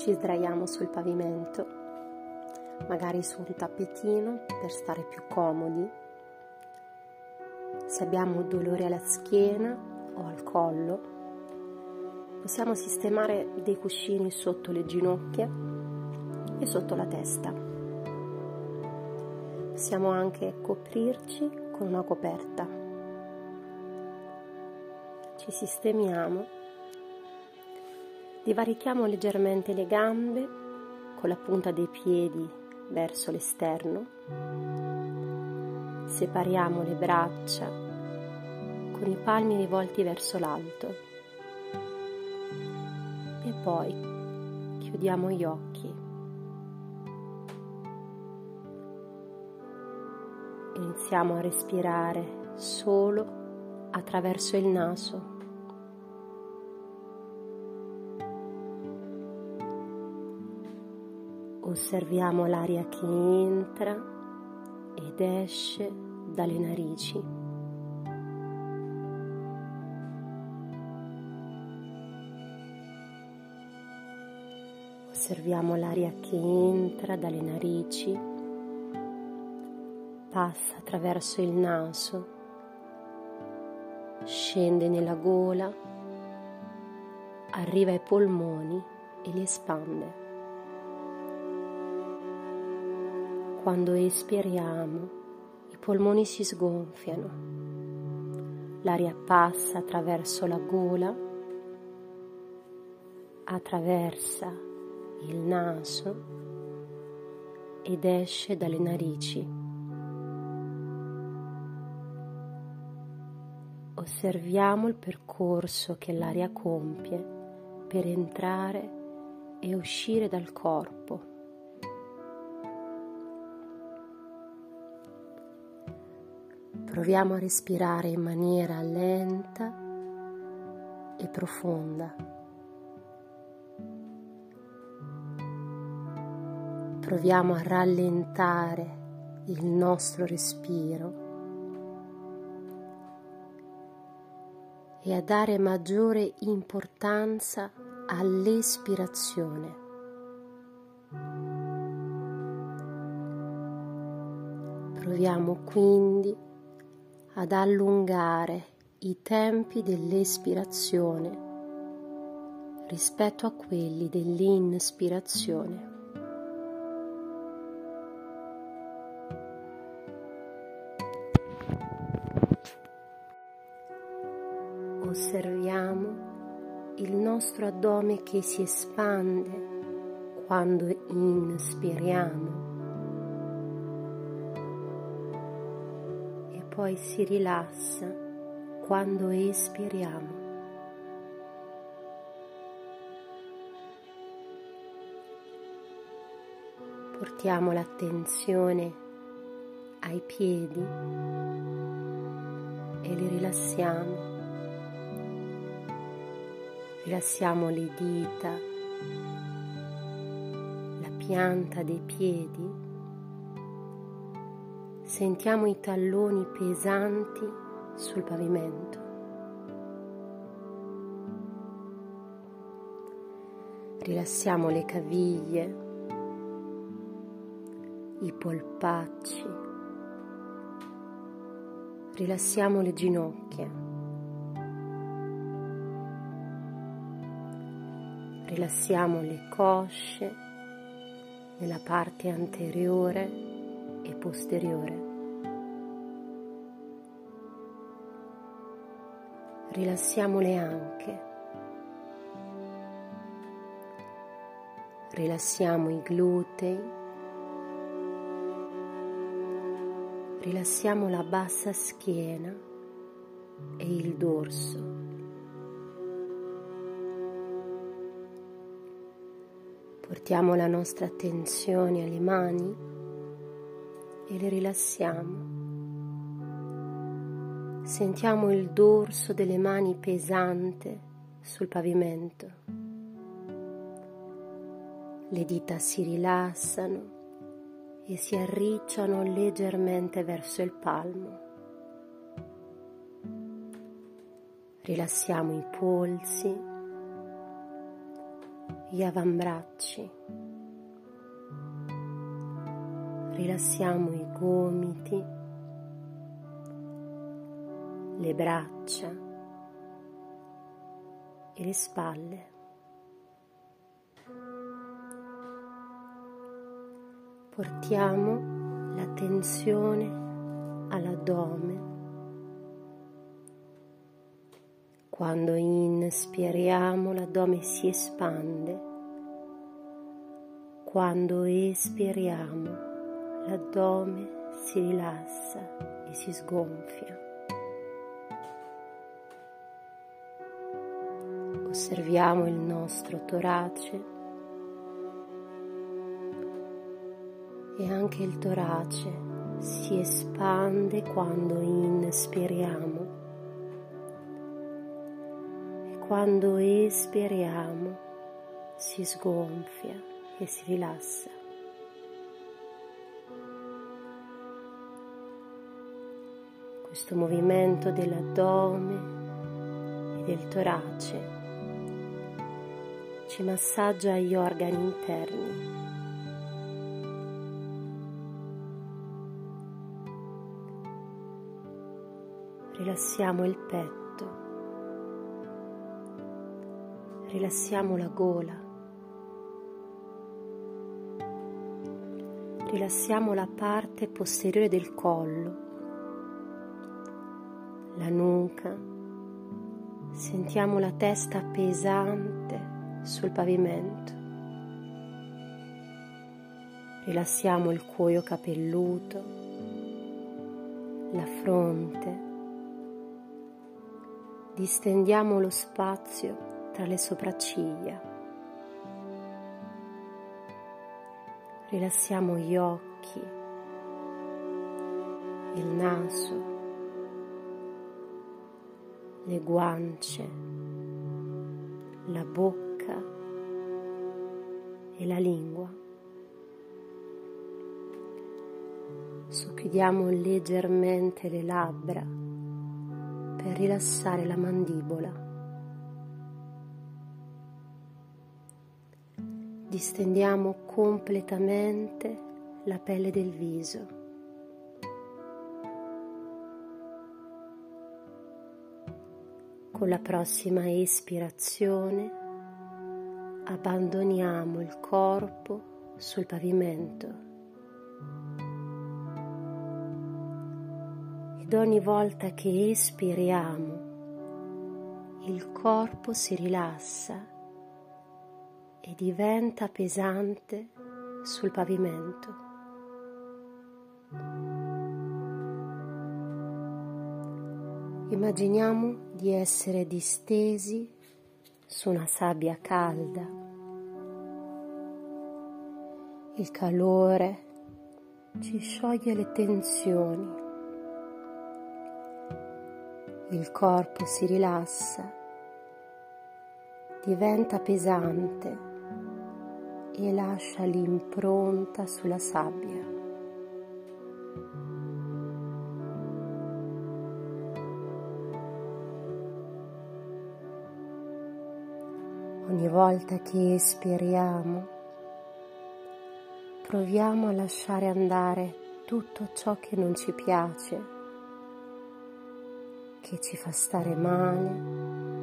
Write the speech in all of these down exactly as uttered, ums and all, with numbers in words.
Ci sdraiamo sul pavimento, magari su un tappetino per stare più comodi. Se abbiamo dolore alla schiena o al collo, possiamo sistemare dei cuscini sotto le ginocchia e sotto la testa. Possiamo anche coprirci con una coperta. Ci sistemiamo. Divarichiamo leggermente le gambe con la punta dei piedi verso l'esterno. Separiamo le braccia con i palmi rivolti verso l'alto. E poi chiudiamo gli occhi. Iniziamo a respirare solo attraverso il naso. Osserviamo l'aria che entra ed esce dalle narici. Osserviamo l'aria che entra dalle narici, passa attraverso il naso, scende nella gola, arriva ai polmoni e li espande. Quando espiriamo, i polmoni si sgonfiano, l'aria passa attraverso la gola, attraversa il naso ed esce dalle narici. Osserviamo il percorso che l'aria compie per entrare e uscire dal corpo. Proviamo a respirare in maniera lenta e profonda. Proviamo a rallentare il nostro respiro e a dare maggiore importanza all'espirazione. Proviamo quindi ad allungare i tempi dell'espirazione rispetto a quelli dell'inspirazione. Osserviamo il nostro addome che si espande quando inspiriamo e poi si rilassa quando espiriamo. Portiamo l'attenzione ai piedi e li rilassiamo. Rilassiamo le dita, la pianta dei piedi, sentiamo i talloni pesanti sul pavimento. Rilassiamo le caviglie, i polpacci, rilassiamo le ginocchia. Rilassiamo le cosce nella parte anteriore e posteriore. Rilassiamo le anche. Rilassiamo i glutei. Rilassiamo la bassa schiena e il dorso. Portiamo la nostra attenzione alle mani e le rilassiamo. Sentiamo il dorso delle mani pesante sul pavimento. Le dita si rilassano e si arricciano leggermente verso il palmo. Rilassiamo i polsi gli avambracci, rilassiamo i gomiti, le braccia e le spalle. Portiamo l'attenzione all'addome. Quando inspiriamo, l'addome si espande. Quando espiriamo, l'addome si rilassa e si sgonfia. Osserviamo il nostro torace e anche il torace si espande quando inspiriamo. Quando espiriamo si sgonfia e si rilassa. Questo movimento dell'addome e del torace ci massaggia gli organi interni. Rilassiamo il petto. Rilassiamo la gola, rilassiamo la parte posteriore del collo, la nuca, sentiamo la testa pesante sul pavimento, rilassiamo il cuoio capelluto, la fronte, distendiamo lo spazio tra le sopracciglia, rilassiamo gli occhi, il naso, le guance, la bocca e la lingua. Socchiudiamo leggermente le labbra per rilassare la mandibola. Distendiamo completamente la pelle del viso. Con la prossima espirazione abbandoniamo il corpo sul pavimento ed ogni volta che espiriamo il corpo si rilassa e diventa pesante sul pavimento. Immaginiamo di essere distesi su una sabbia calda. Il calore ci scioglie le tensioni. Il corpo si rilassa, diventa pesante e lascia l'impronta sulla sabbia. Ogni volta che espiriamo, proviamo a lasciare andare tutto ciò che non ci piace, che ci fa stare male.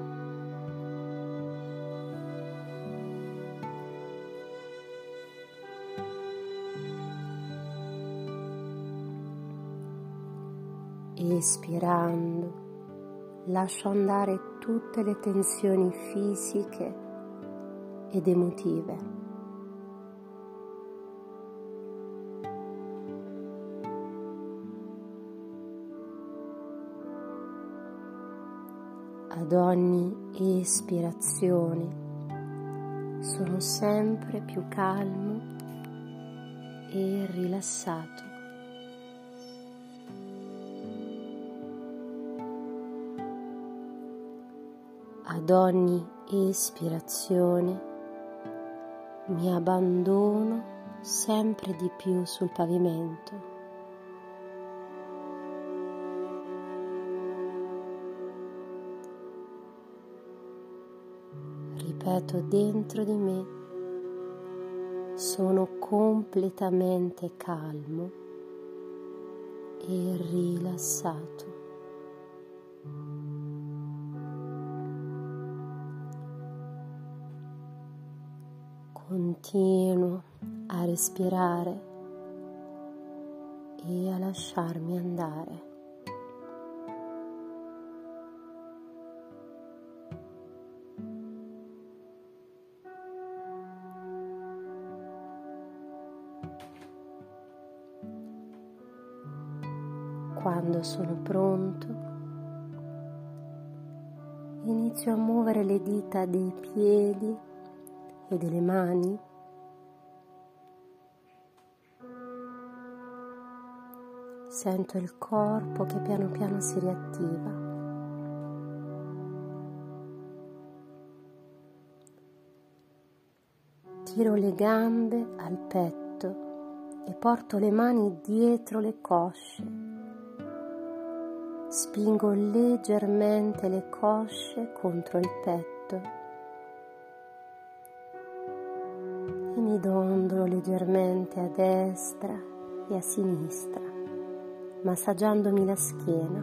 Espirando, lascio andare tutte le tensioni fisiche ed emotive. Ad ogni espirazione sono sempre più calmo e rilassato. Ad ogni espirazione mi abbandono sempre di più sul pavimento. ripeto dentro di me: sono completamente calmo e rilassato. Continuo a respirare e a lasciarmi andare. Quando sono pronto, inizio a muovere le dita dei piedi e delle mani. Sento il corpo che piano piano si riattiva. Tiro le gambe al petto e porto le mani dietro le cosce. Spingo leggermente le cosce contro il petto e mi dondolo leggermente a destra e a sinistra, massaggiandomi la schiena.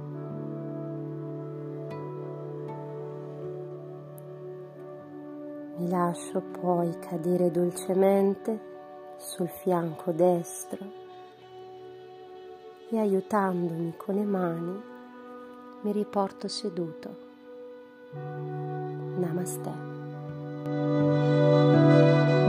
Mi lascio poi cadere dolcemente sul fianco destro e aiutandomi con le mani mi riporto seduto. Namaste.